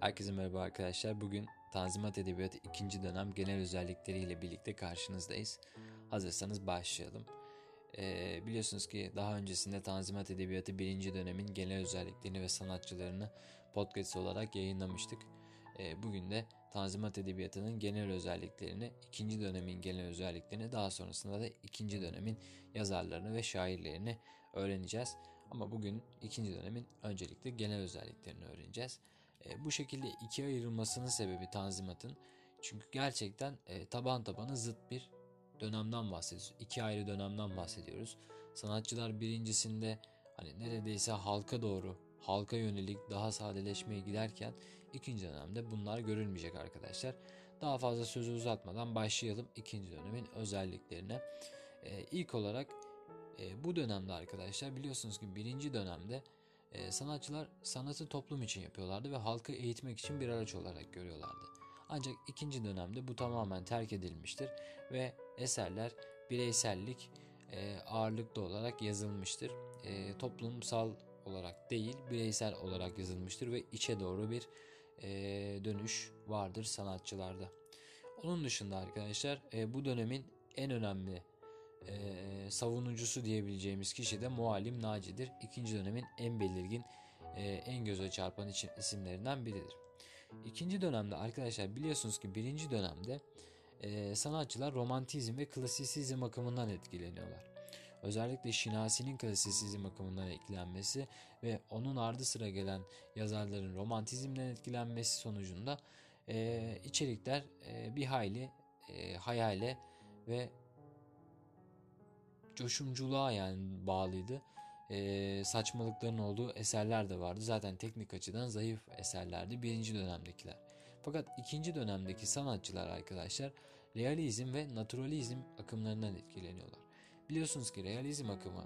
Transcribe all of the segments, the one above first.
Herkese merhaba arkadaşlar. Bugün Tanzimat Edebiyatı 2. dönem genel özellikleriyle birlikte karşınızdayız. Hazırsanız başlayalım. Biliyorsunuz ki daha öncesinde Tanzimat Edebiyatı 1. dönemin genel özelliklerini ve sanatçılarını podcast olarak yayınlamıştık. Bugün de Tanzimat Edebiyatı'nın genel özelliklerini, 2. dönemin genel özelliklerini, daha sonrasında da 2. dönemin yazarlarını ve şairlerini öğreneceğiz. Ama bugün 2. dönemin öncelikle genel özelliklerini öğreneceğiz. Bu şekilde ikiye ayrılmasının sebebi Tanzimat'ın, çünkü gerçekten taban tabana zıt bir dönemden bahsediyoruz. İki ayrı dönemden bahsediyoruz. Sanatçılar birincisinde hani neredeyse halka doğru, halka yönelik daha sadeleşmeye giderken ikinci dönemde bunlar görülmeyecek arkadaşlar. Daha fazla sözü uzatmadan başlayalım ikinci dönemin özelliklerine. İlk olarak bu dönemde arkadaşlar biliyorsunuz ki birinci dönemde sanatçılar sanatı toplum için yapıyorlardı ve halkı eğitmek için bir araç olarak görüyorlardı. Ancak ikinci dönemde bu tamamen terk edilmiştir ve eserler bireysellik ağırlıklı olarak yazılmıştır. Toplumsal olarak değil, bireysel olarak yazılmıştır ve içe doğru bir dönüş vardır sanatçılarda. Onun dışında arkadaşlar bu dönemin en önemli savunucusu diyebileceğimiz kişi de Muallim Naci'dir. İkinci dönemin en belirgin, en göze çarpan isimlerinden biridir. İkinci dönemde arkadaşlar biliyorsunuz ki birinci dönemde sanatçılar romantizm ve klasisizm akımından etkileniyorlar. Özellikle Şinasi'nin klasisizm akımından etkilenmesi ve onun ardı sıra gelen yazarların romantizmden etkilenmesi sonucunda içerikler bir hayli hayale ve coşumculuğa yani bağlıydı. Saçmalıkların olduğu eserler de vardı. Zaten teknik açıdan zayıf eserlerdi birinci dönemdekiler. Fakat ikinci dönemdeki sanatçılar arkadaşlar realizm ve naturalizm akımlarından etkileniyorlar. Biliyorsunuz ki realizm akımı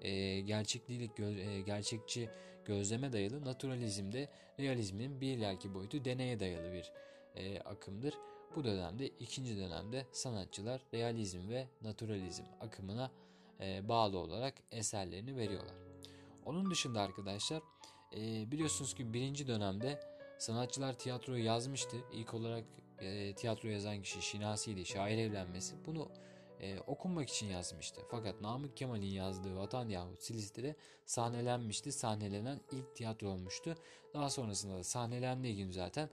gerçekçi gözleme dayalı, naturalizmde realizmin bir ileriki boyutu deneye dayalı bir akımdır. Bu dönemde ikinci dönemde sanatçılar realizm ve naturalizm akımına bağlı olarak eserlerini veriyorlar. Onun dışında arkadaşlar biliyorsunuz ki birinci dönemde sanatçılar tiyatroyu yazmıştı. İlk olarak tiyatro yazan kişi Şinasi'ydi. Şair evlenmesi. Bunu okunmak için yazmıştı. Fakat Namık Kemal'in yazdığı Vatan yahut Silistre sahnelenmişti. Sahnelenen ilk tiyatro olmuştu. Daha sonrasında da sahnelendiği gün zaten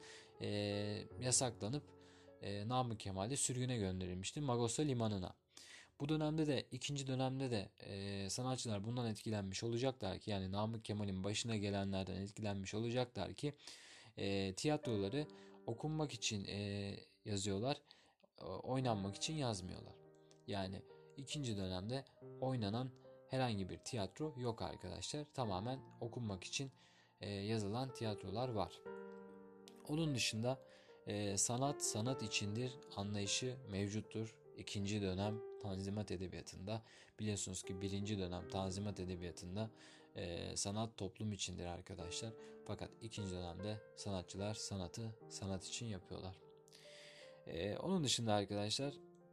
yasaklanıp Namık Kemal de sürgüne gönderilmişti Magosa limanına. Bu dönemde de ikinci dönemde de sanatçılar bundan etkilenmiş olacaklar ki, yani Namık Kemal'in başına gelenlerden etkilenmiş olacaklar ki tiyatroları okunmak için yazıyorlar, oynanmak için yazmıyorlar. Yani ikinci dönemde oynanan herhangi bir tiyatro yok arkadaşlar. Tamamen okunmak için yazılan tiyatrolar var. Onun dışında sanat içindir anlayışı mevcuttur. İkinci dönem Tanzimat Edebiyatı'nda biliyorsunuz ki birinci dönem Tanzimat Edebiyatı'nda sanat toplum içindir arkadaşlar. Fakat ikinci dönemde sanatçılar sanatı sanat için yapıyorlar. Onun dışında arkadaşlar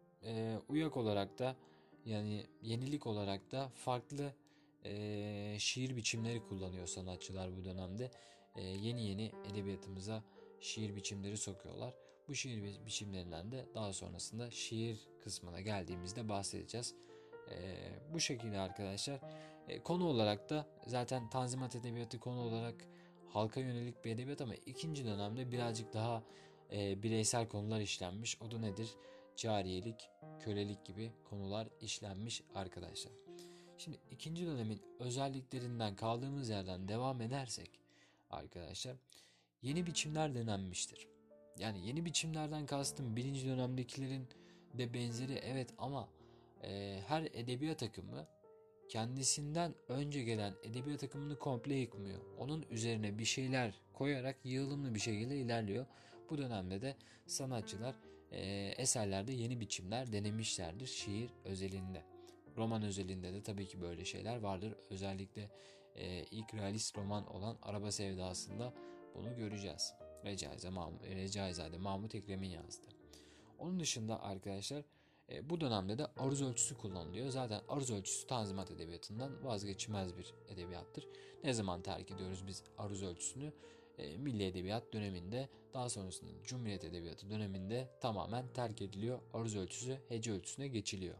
uyak olarak da, yani yenilik olarak da farklı şiir biçimleri kullanıyor sanatçılar bu dönemde. Yeni edebiyatımıza şiir biçimleri sokuyorlar. Bu şiir biçimlerinden de daha sonrasında şiir kısmına geldiğimizde bahsedeceğiz. Bu şekilde arkadaşlar. Konu olarak da zaten Tanzimat Edebiyatı konu olarak halka yönelik bir edebiyat ama ikinci dönemde birazcık daha bireysel konular işlenmiş. O da nedir? Cariyelik, kölelik gibi konular işlenmiş arkadaşlar. Şimdi ikinci dönemin özelliklerinden kaldığımız yerden devam edersek arkadaşlar yeni biçimler denenmiştir. Yani yeni biçimlerden kastım birinci dönemdekilerin de benzeri, evet, ama her edebiyat akımı kendisinden önce gelen edebiyat akımını komple yıkmıyor. Onun üzerine bir şeyler koyarak yığılımlı bir şekilde ilerliyor. Bu dönemde de sanatçılar eserlerde yeni biçimler denemişlerdir şiir özelinde. Roman özelinde de tabii ki böyle şeyler vardır. Özellikle ilk realist roman olan Araba Sevdası'nda bunu göreceğiz. Recaizade Mahmut Ekrem'in yazdığı. Onun dışında arkadaşlar bu dönemde de aruz ölçüsü kullanılıyor. Zaten aruz ölçüsü Tanzimat Edebiyatı'ndan vazgeçilmez bir edebiyattır. Ne zaman terk ediyoruz biz aruz ölçüsünü? Milli Edebiyat döneminde, daha sonrasında Cumhuriyet Edebiyatı döneminde tamamen terk ediliyor. Aruz ölçüsü hece ölçüsüne geçiliyor.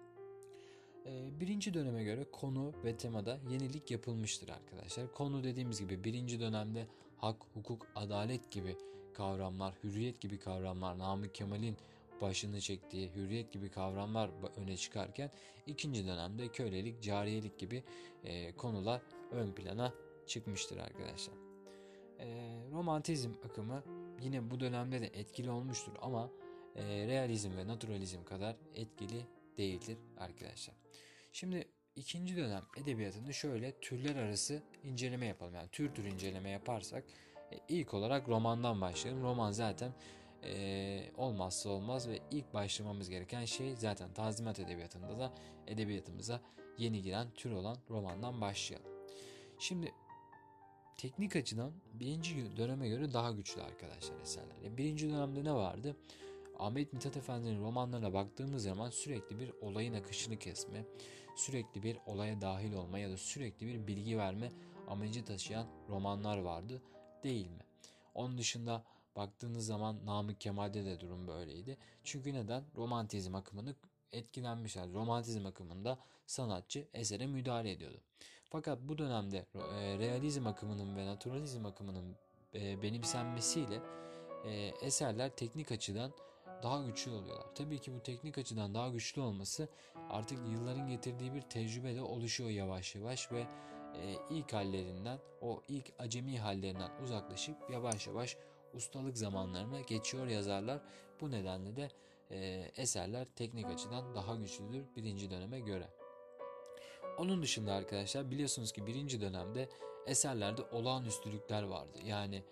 Birinci döneme göre konu ve temada yenilik yapılmıştır arkadaşlar. Konu dediğimiz gibi birinci dönemde hak, hukuk, adalet gibi kavramlar, hürriyet gibi kavramlar, Namık Kemal'in başını çektiği hürriyet gibi kavramlar öne çıkarken ikinci dönemde kölelik, cariyelik gibi konular ön plana çıkmıştır arkadaşlar. Romantizm akımı yine bu dönemde de etkili olmuştur ama realizm ve naturalizm kadar etkili değildir arkadaşlar. Şimdi ikinci dönem edebiyatını şöyle türler arası inceleme yapalım. Yani tür inceleme yaparsak ilk olarak romandan başlayalım. Roman zaten olmazsa olmaz ve ilk başlamamız gereken şey, zaten Tanzimat Edebiyatı'nda da edebiyatımıza yeni giren tür olan romandan başlayalım. Şimdi teknik açıdan birinci döneme göre daha güçlü arkadaşlar eserler. Birinci dönemde ne vardı? Ahmet Mithat Efendi'nin romanlarına baktığımız zaman sürekli bir olayın akışını kesme, sürekli bir olaya dahil olma ya da sürekli bir bilgi verme amacı taşıyan romanlar vardı, değil mi? Onun dışında baktığınız zaman Namık Kemal'de de durum böyleydi. Çünkü neden? Romantizm akımını etkilenmişler. Romantizm akımında sanatçı esere müdahale ediyordu. Fakat bu dönemde realizm akımının ve naturalizm akımının benimsenmesiyle eserler teknik açıdan daha güçlü oluyorlar. Tabii ki bu teknik açıdan daha güçlü olması artık yılların getirdiği bir tecrübe de oluşuyor yavaş yavaş ve ilk hallerinden, o ilk acemi hallerinden uzaklaşıp yavaş yavaş ustalık zamanlarına geçiyor yazarlar. Bu nedenle de eserler teknik açıdan daha güçlüdür birinci döneme göre. Onun dışında arkadaşlar biliyorsunuz ki birinci dönemde eserlerde olağanüstülükler vardı. Yani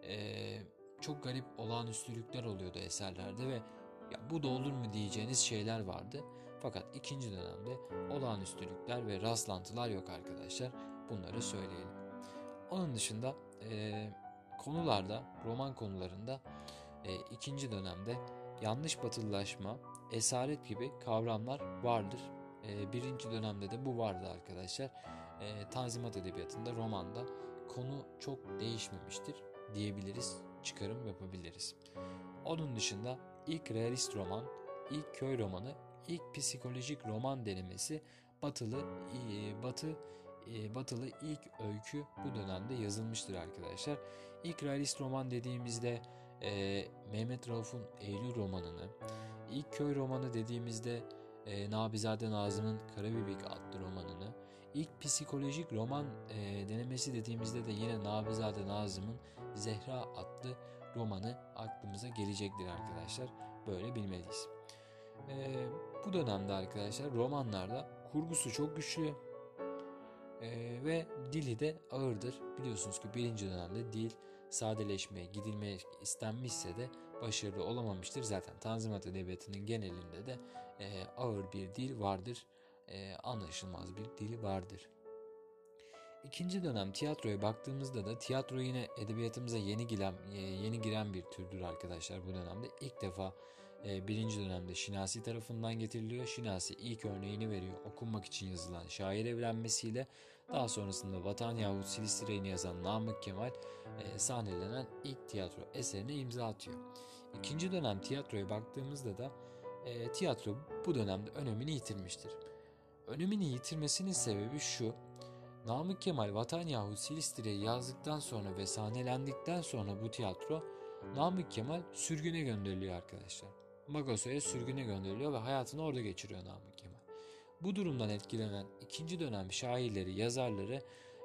çok garip olağanüstülükler oluyordu eserlerde ve ya bu da olur mu diyeceğiniz şeyler vardı. Fakat ikinci dönemde olağanüstülükler ve rastlantılar yok arkadaşlar. Bunları söyleyelim. Onun dışında konularda, roman konularında ikinci dönemde yanlış batılılaşma, esaret gibi kavramlar vardır. Birinci dönemde de bu vardı arkadaşlar. Tanzimat Edebiyatı'nda, romanda konu çok değişmemiştir diyebiliriz, çıkarım yapabiliriz. Onun dışında ilk realist roman, ilk köy romanı, ilk psikolojik roman denemesi batılı ilk öykü bu dönemde yazılmıştır arkadaşlar. İlk realist roman dediğimizde Mehmet Rauf'un Eylül romanını, ilk köy romanı dediğimizde Nabizade Nazım'ın Karabibik adlı romanını, ilk psikolojik roman denemesi dediğimizde de yine Nabizade Nazım'ın Zehra adlı romanı aklımıza gelecektir arkadaşlar. Böyle bilmeliyiz. Bu dönemde arkadaşlar romanlarda kurgusu çok güçlü ve dili de ağırdır. Biliyorsunuz ki birinci dönemde dil sadeleşmeye, gidilmeye istenmişse de başarılı olamamıştır. Zaten Tanzimat Edebiyatı'nın genelinde de ağır bir dil vardır. Anlaşılmaz bir dil vardır. İkinci dönem tiyatroya baktığımızda da tiyatro yine edebiyatımıza yeni giren bir türdür arkadaşlar bu dönemde. İlk defa birinci dönemde Şinasi tarafından getiriliyor. Şinasi ilk örneğini veriyor okunmak için yazılan şair evlenmesiyle. Daha sonrasında Vatan yahut Silistre'yi yazan Namık Kemal sahnelenen ilk tiyatro eserine imza atıyor. İkinci dönem tiyatroya baktığımızda da tiyatro bu dönemde önemini yitirmiştir. Önemini yitirmesinin sebebi şu: Namık Kemal Vatan yahut Silistre'yi yazdıktan sonra ve sahnelendikten sonra bu tiyatro Namık Kemal sürgüne gönderiliyor arkadaşlar. Magosa'ya sürgüne gönderiliyor ve hayatını orada geçiriyor Namık Kemal. Bu durumdan etkilenen ikinci dönem şairleri, yazarları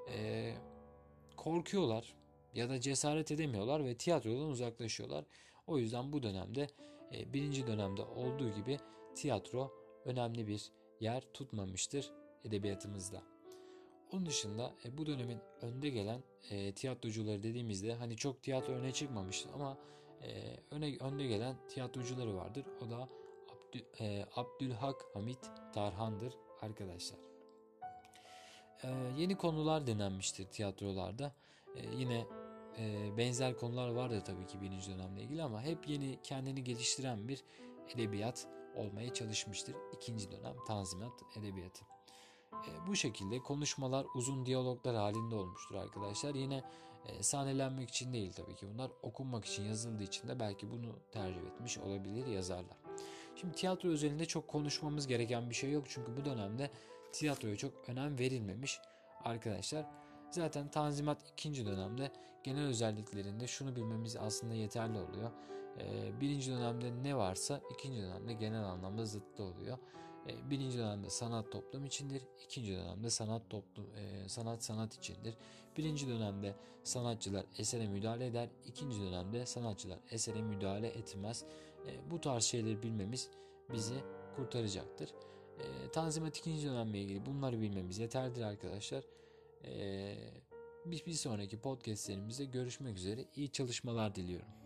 korkuyorlar ya da cesaret edemiyorlar ve tiyatrodan uzaklaşıyorlar. O yüzden bu dönemde birinci dönemde olduğu gibi tiyatro önemli bir yer tutmamıştır edebiyatımızda. Onun dışında bu dönemin önde gelen tiyatrocuları dediğimizde hani çok tiyatro öne çıkmamıştır ama önde gelen tiyatrocuları vardır. O da Abdülhak Hamit Tarhan'dır arkadaşlar. Yeni konular denenmiştir tiyatrolarda. Yine benzer konular vardı tabii ki birinci dönemle ilgili ama hep yeni kendini geliştiren bir edebiyat olmaya çalışmıştır. İkinci dönem Tanzimat Edebiyatı. Bu şekilde konuşmalar uzun diyaloglar halinde olmuştur arkadaşlar. Yine Sahnelenmek için değil tabii ki, bunlar okunmak için yazıldığı için de belki bunu tercih etmiş olabilir yazarlar. Şimdi tiyatro özelinde çok konuşmamız gereken bir şey yok çünkü bu dönemde tiyatroya çok önem verilmemiş arkadaşlar. Zaten Tanzimat ikinci dönemde genel özelliklerinde şunu bilmemiz aslında yeterli oluyor. Birinci dönemde ne varsa ikinci dönemde genel anlamda zıttı oluyor. Birinci dönemde sanat toplum içindir, ikinci dönemde sanat içindir. Birinci dönemde sanatçılar esere müdahale eder, ikinci dönemde sanatçılar esere müdahale etmez. Bu tarz şeyleri bilmemiz bizi kurtaracaktır. Tanzimat ikinci dönemle ilgili bunları bilmemiz yeterlidir arkadaşlar. Bir sonraki podcastlerimizde görüşmek üzere. İyi çalışmalar diliyorum.